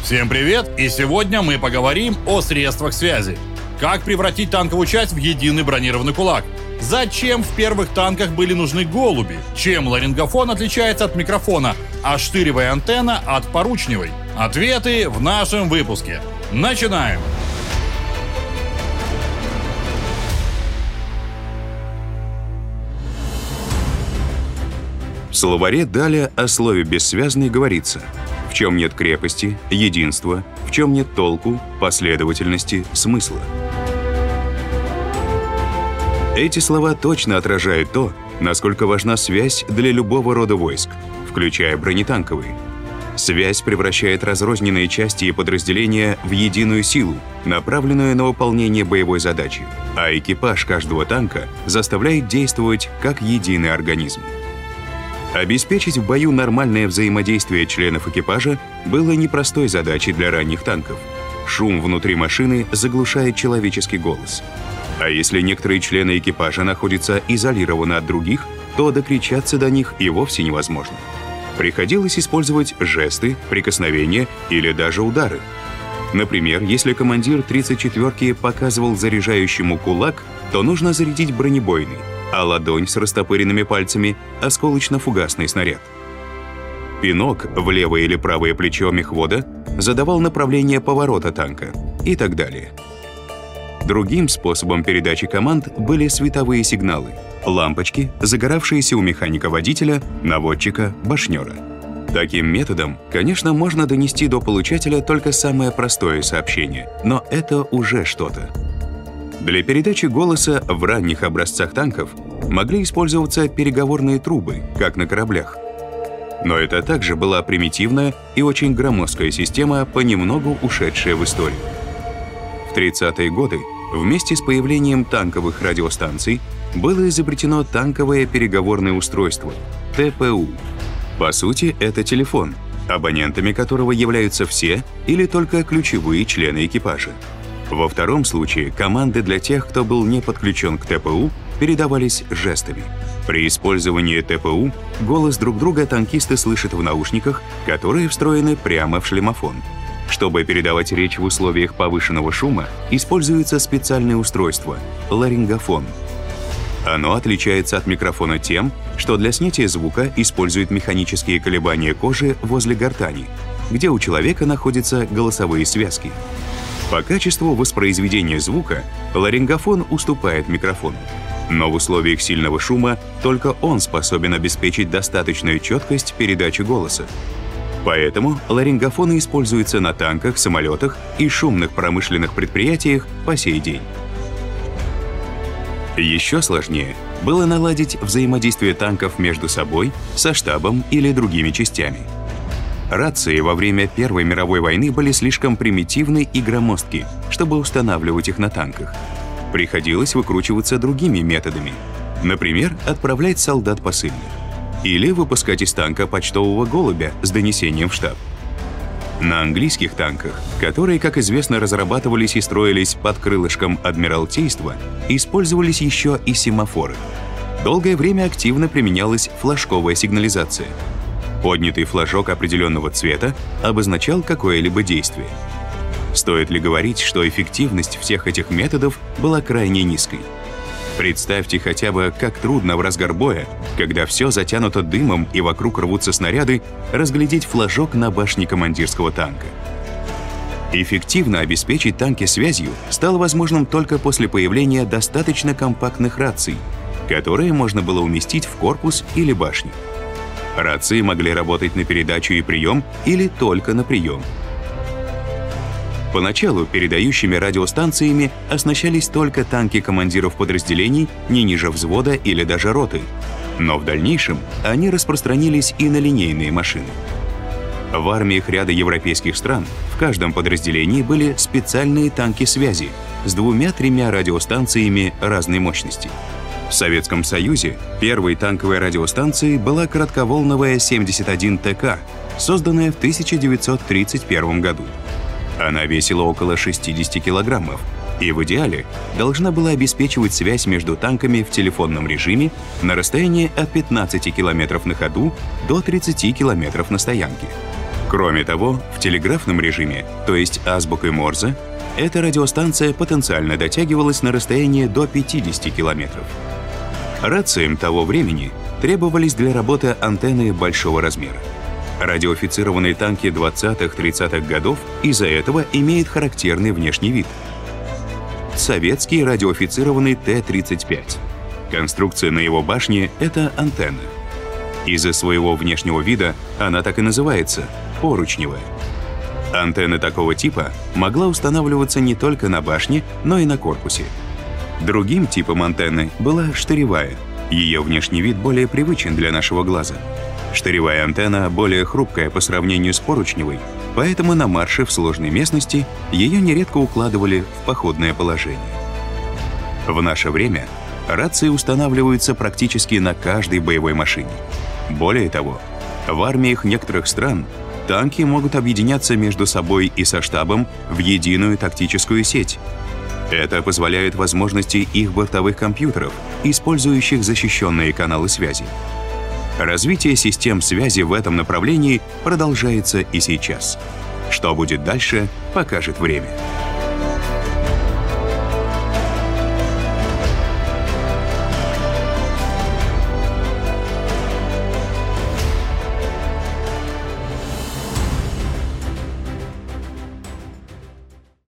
Всем привет! И сегодня мы поговорим о средствах связи. Как превратить танковую часть в единый бронированный кулак? Зачем в первых танках были нужны голуби? Чем ларингофон отличается от микрофона, а штыревая антенна от поручневой? Ответы в нашем выпуске. Начинаем! В словаре Даля о слове «бессвязный» говорится: в чем нет крепости, единства, в чем нет толку, последовательности, смысла. Эти слова точно отражают то, насколько важна связь для любого рода войск, включая бронетанковые. Связь превращает разрозненные части и подразделения в единую силу, направленную на выполнение боевой задачи, а экипаж каждого танка заставляет действовать как единый организм. Обеспечить в бою нормальное взаимодействие членов экипажа было непростой задачей для ранних танков. Шум внутри машины заглушает человеческий голос. А если некоторые члены экипажа находятся изолированы от других, то докричаться до них и вовсе невозможно. Приходилось использовать жесты, прикосновения или даже удары. Например, если командир 34-ки показывал заряжающему кулак, то нужно зарядить бронебойный, а ладонь с растопыренными пальцами — осколочно-фугасный снаряд. Пинок в левое или правое плечо мехвода задавал направление поворота танка и так далее. Другим способом передачи команд были световые сигналы — лампочки, загоравшиеся у механика-водителя, наводчика, башнера. Таким методом, конечно, можно донести до получателя только самое простое сообщение, но это уже что-то. Для передачи голоса в ранних образцах танков могли использоваться переговорные трубы, как на кораблях. Но это также была примитивная и очень громоздкая система, понемногу ушедшая в историю. В 30-е годы вместе с появлением танковых радиостанций было изобретено танковое переговорное устройство — ТПУ. По сути, это телефон, абонентами которого являются все или только ключевые члены экипажа. Во втором случае команды для тех, кто был не подключен к ТПУ, передавались жестами. При использовании ТПУ голос друг друга танкисты слышат в наушниках, которые встроены прямо в шлемофон. Чтобы передавать речь в условиях повышенного шума, используется специальное устройство — ларингофон. Оно отличается от микрофона тем, что для снятия звука использует механические колебания кожи возле гортани, где у человека находятся голосовые связки. По качеству воспроизведения звука ларингофон уступает микрофону. Но в условиях сильного шума только он способен обеспечить достаточную четкость передачи голоса. Поэтому ларингофоны используются на танках, самолетах и шумных промышленных предприятиях по сей день. Еще сложнее было наладить взаимодействие танков между собой, со штабом или другими частями. Рации во время Первой мировой войны были слишком примитивны и громоздки, чтобы устанавливать их на танках. Приходилось выкручиваться другими методами. Например, отправлять солдат посыльных. Или выпускать из танка почтового голубя с донесением в штаб. На английских танках, которые, как известно, разрабатывались и строились под крылышком Адмиралтейства, использовались еще и семафоры. Долгое время активно применялась флажковая сигнализация. Поднятый флажок определенного цвета обозначал какое-либо действие. Стоит ли говорить, что эффективность всех этих методов была крайне низкой? Представьте хотя бы, как трудно в разгар боя, когда все затянуто дымом и вокруг рвутся снаряды, разглядеть флажок на башне командирского танка. Эффективно обеспечить танки связью стало возможным только после появления достаточно компактных раций, которые можно было уместить в корпус или башню. Рации могли работать на передачу и прием или только на прием. Поначалу передающими радиостанциями оснащались только танки командиров подразделений не ниже взвода или даже роты, но в дальнейшем они распространились и на линейные машины. В армиях ряда европейских стран в каждом подразделении были специальные танки связи с 2-3 радиостанциями разной мощности. В Советском Союзе первой танковой радиостанцией была коротковолновая 71 ТК, созданная в 1931 году. Она весила около 60 килограммов и в идеале должна была обеспечивать связь между танками в телефонном режиме на расстоянии от 15 километров на ходу до 30 километров на стоянке. Кроме того, в телеграфном режиме, то есть азбукой Морзе, эта радиостанция потенциально дотягивалась на расстояние до 50 километров. Рациям того времени требовались для работы антенны большого размера. Радиофицированные танки 20-30-х годов из-за этого имеют характерный внешний вид. Советский радиофицированный Т-35. Конструкция на его башне — это антенна. Из-за своего внешнего вида она так и называется — поручневая. Антенна такого типа могла устанавливаться не только на башне, но и на корпусе. Другим типом антенны была штыревая. Ее внешний вид более привычен для нашего глаза. Штыревая антенна более хрупкая по сравнению с поручневой, поэтому на марше в сложной местности ее нередко укладывали в походное положение. В наше время рации устанавливаются практически на каждой боевой машине. Более того, в армиях некоторых стран танки могут объединяться между собой и со штабом в единую тактическую сеть. Это позволяет возможности их бортовых компьютеров, использующих защищенные каналы связи. Развитие систем связи в этом направлении продолжается и сейчас. Что будет дальше, покажет время.